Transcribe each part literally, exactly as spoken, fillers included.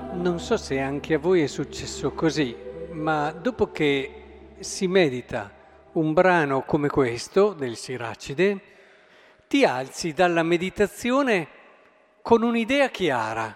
Non so se anche a voi è successo così, ma dopo che si medita un brano come questo del Siracide, ti alzi dalla meditazione con un'idea chiara.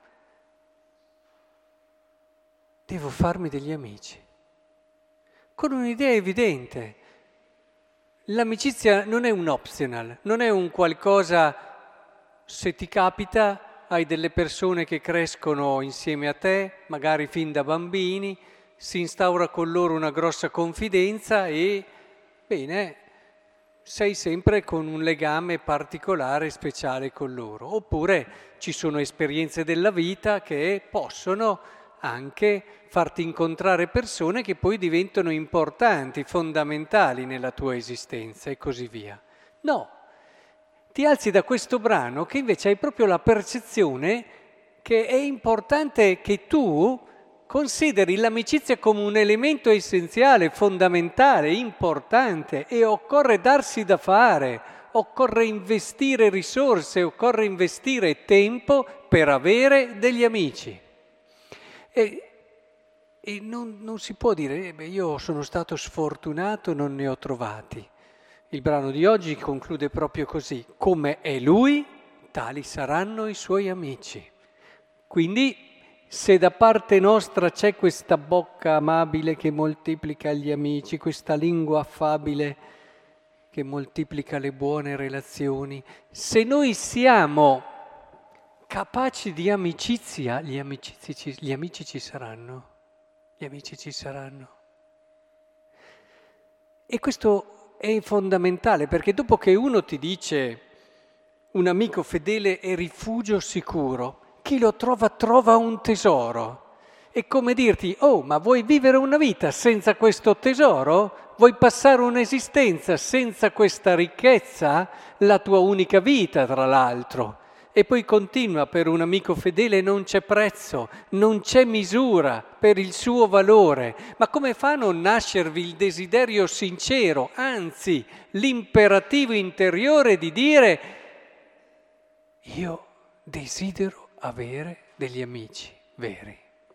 Devo farmi degli amici. Con un'idea evidente. L'amicizia non è un optional, non è un qualcosa, se ti capita, hai delle persone che crescono insieme a te, magari fin da bambini, si instaura con loro una grossa confidenza e, bene, sei sempre con un legame particolare, speciale con loro. Oppure ci sono esperienze della vita che possono anche farti incontrare persone che poi diventano importanti, fondamentali nella tua esistenza e così via. No. Ti alzi da questo brano che invece hai proprio la percezione che è importante che tu consideri l'amicizia come un elemento essenziale, fondamentale, importante e occorre darsi da fare, occorre investire risorse, occorre investire tempo per avere degli amici. E, e non, non si può dire, eh beh, io sono stato sfortunato, non ne ho trovati. Il brano di oggi conclude proprio così: come è lui, tali saranno i suoi amici. Quindi, se da parte nostra c'è questa bocca amabile che moltiplica gli amici, questa lingua affabile che moltiplica le buone relazioni, se noi siamo capaci di amicizia, gli, amicizi ci, gli amici ci saranno. Gli amici ci saranno. E questo è fondamentale, perché dopo che uno ti dice un amico fedele è rifugio sicuro, chi lo trova trova un tesoro. È come dirti: oh, ma vuoi vivere una vita senza questo tesoro? Vuoi passare un'esistenza senza questa ricchezza? La tua unica vita, tra l'altro. E poi continua: per un amico fedele non c'è prezzo, non c'è misura per il suo valore. Ma come fa a non nascervi il desiderio sincero, anzi l'imperativo interiore di dire: io desidero avere degli amici veri.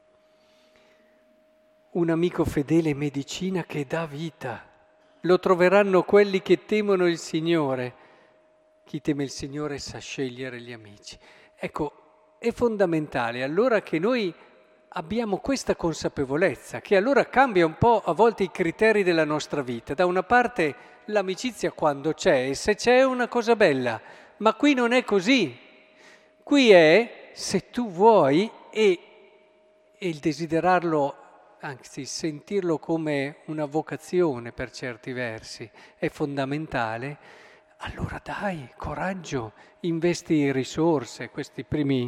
Un amico fedele è medicina che dà vita. Lo troveranno quelli che temono il Signore. Chi teme il Signore sa scegliere gli amici. Ecco, è fondamentale allora che noi abbiamo questa consapevolezza, che allora cambia un po' a volte i criteri della nostra vita. Da una parte l'amicizia quando c'è, e se c'è è una cosa bella, ma qui non è così. Qui è se tu vuoi e, e il desiderarlo, anzi sentirlo come una vocazione per certi versi, è fondamentale. Allora dai, coraggio, investi risorse, queste primi,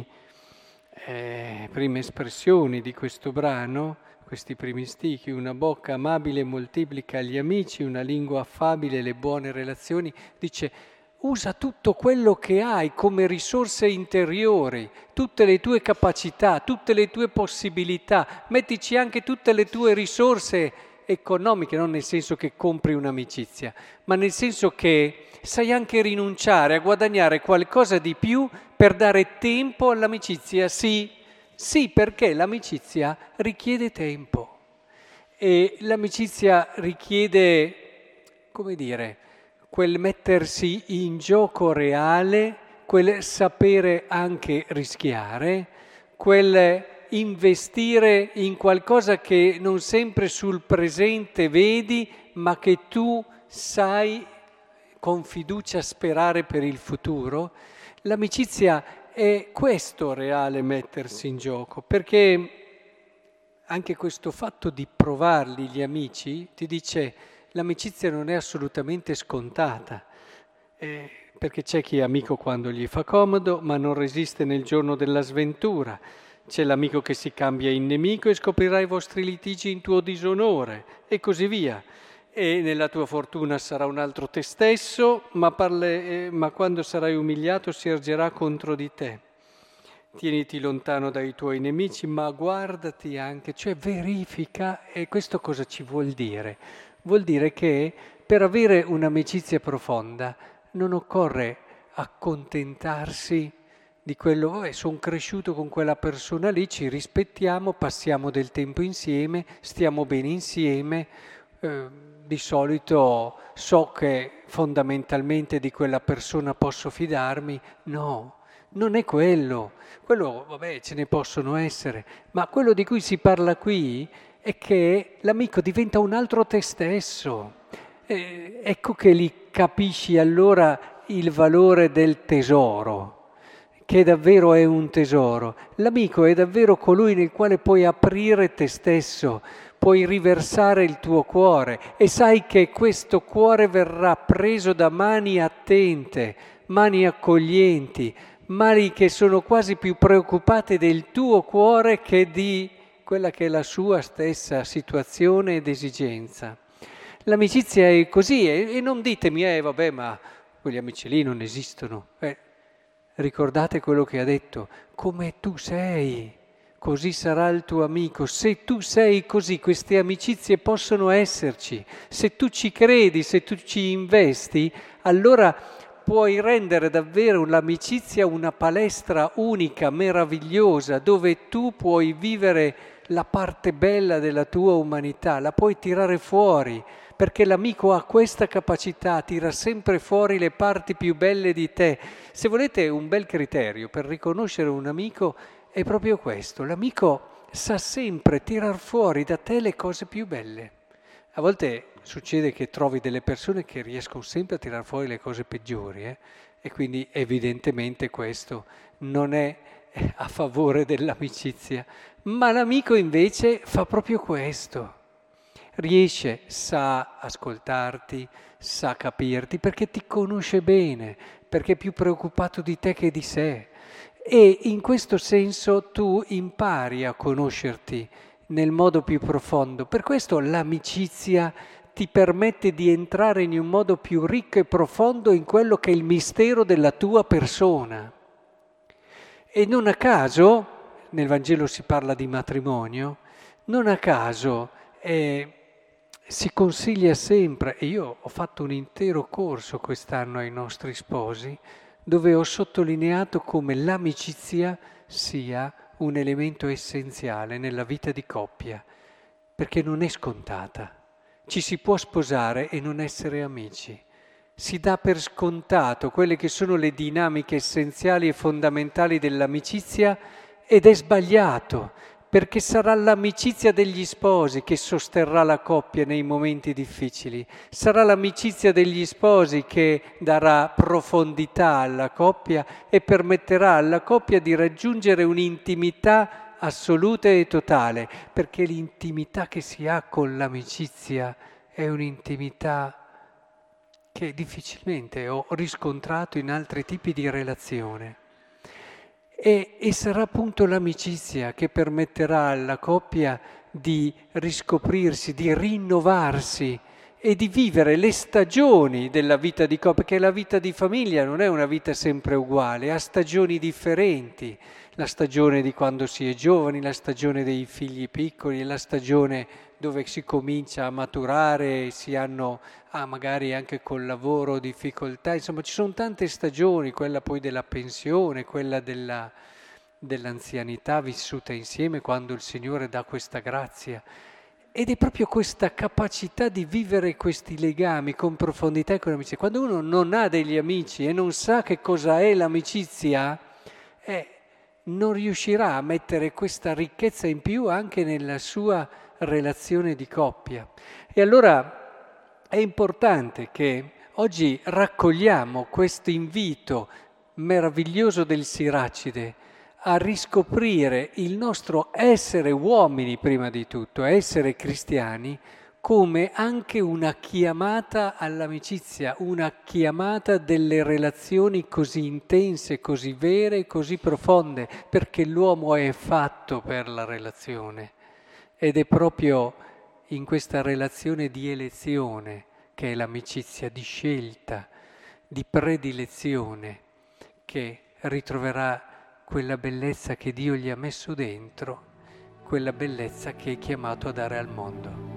eh, prime espressioni di questo brano, questi primi stichi: una bocca amabile moltiplica gli amici, una lingua affabile le buone relazioni. Dice: usa tutto quello che hai come risorse interiori, tutte le tue capacità, tutte le tue possibilità, mettici anche tutte le tue risorse economiche, non nel senso che compri un'amicizia, ma nel senso che sai anche rinunciare a guadagnare qualcosa di più per dare tempo all'amicizia. Sì, sì, perché l'amicizia richiede tempo e l'amicizia richiede, come dire, quel mettersi in gioco reale, quel sapere anche rischiare, quel investire in qualcosa che non sempre sul presente vedi, ma che tu sai con fiducia sperare per il futuro. L'amicizia è questo reale mettersi in gioco, perché anche questo fatto di provarli gli amici ti dice: l'amicizia non è assolutamente scontata, eh, perché c'è chi è amico quando gli fa comodo, ma non resiste nel giorno della sventura. C'è l'amico che si cambia in nemico e scoprirà i vostri litigi in tuo disonore, e così via. E nella tua fortuna sarà un altro te stesso, ma, parle, eh, ma quando sarai umiliato si ergerà contro di te. Tieniti lontano dai tuoi nemici, ma guardati anche, cioè verifica. E questo cosa ci vuol dire? Vuol dire che per avere un'amicizia profonda non occorre accontentarsi di quello, eh, sono cresciuto con quella persona lì, ci rispettiamo, passiamo del tempo insieme, stiamo bene insieme, eh, di solito so che fondamentalmente di quella persona posso fidarmi. No, non è quello. Quello, vabbè, ce ne possono essere, ma quello di cui si parla qui è che l'amico diventa un altro te stesso. Eh, ecco che lì capisci allora il valore del tesoro, che davvero è un tesoro. L'amico è davvero colui nel quale puoi aprire te stesso, puoi riversare il tuo cuore e sai che questo cuore verrà preso da mani attente, mani accoglienti, mani che sono quasi più preoccupate del tuo cuore che di quella che è la sua stessa situazione ed esigenza. L'amicizia è così e, e non ditemi, eh vabbè, ma quegli amici lì non esistono. Eh, ricordate quello che ha detto, come tu sei, così sarà il tuo amico. Se tu sei così, queste amicizie possono esserci. Se tu ci credi, se tu ci investi, allora puoi rendere davvero l'amicizia una palestra unica, meravigliosa, dove tu puoi vivere la parte bella della tua umanità, la puoi tirare fuori, perché l'amico ha questa capacità, tira sempre fuori le parti più belle di te. Se volete un bel criterio per riconoscere un amico è proprio questo, l'amico sa sempre tirar fuori da te le cose più belle. A volte succede che trovi delle persone che riescono sempre a tirar fuori le cose peggiori, eh? E quindi evidentemente questo non è a favore dell'amicizia, ma l'amico invece fa proprio questo. Riesce, sa ascoltarti, sa capirti, perché ti conosce bene, perché è più preoccupato di te che di sé. E in questo senso tu impari a conoscerti nel modo più profondo. Per questo l'amicizia ti permette di entrare in un modo più ricco e profondo in quello che è il mistero della tua persona. E non a caso, nel Vangelo si parla di matrimonio, non a caso eh, si consiglia sempre, e io ho fatto un intero corso quest'anno ai nostri sposi, dove ho sottolineato come l'amicizia sia un elemento essenziale nella vita di coppia, perché non è scontata. Ci si può sposare e non essere amici. Si dà per scontato quelle che sono le dinamiche essenziali e fondamentali dell'amicizia ed è sbagliato, perché sarà l'amicizia degli sposi che sosterrà la coppia nei momenti difficili, sarà l'amicizia degli sposi che darà profondità alla coppia e permetterà alla coppia di raggiungere un'intimità assoluta e totale, perché l'intimità che si ha con l'amicizia è un'intimità che difficilmente ho riscontrato in altri tipi di relazione. E, e sarà appunto l'amicizia che permetterà alla coppia di riscoprirsi, di rinnovarsi e di vivere le stagioni della vita di coppia, perché la vita di famiglia non è una vita sempre uguale, ha stagioni differenti, la stagione di quando si è giovani, la stagione dei figli piccoli, la stagione dove si comincia a maturare, si hanno ah, magari anche col lavoro difficoltà, insomma ci sono tante stagioni, quella poi della pensione, quella della, dell'anzianità vissuta insieme quando il Signore dà questa grazia. Ed è proprio questa capacità di vivere questi legami con profondità e con amicizia. Quando uno non ha degli amici e non sa che cosa è l'amicizia, eh, non riuscirà a mettere questa ricchezza in più anche nella sua relazione di coppia. E allora è importante che oggi raccogliamo questo invito meraviglioso del Siracide a riscoprire il nostro essere uomini prima di tutto, essere cristiani, come anche una chiamata all'amicizia, una chiamata delle relazioni così intense, così vere, così profonde, perché l'uomo è fatto per la relazione ed è proprio in questa relazione di elezione che è l'amicizia di scelta, di predilezione, che ritroverà quella bellezza che Dio gli ha messo dentro, quella bellezza che è chiamato a dare al mondo.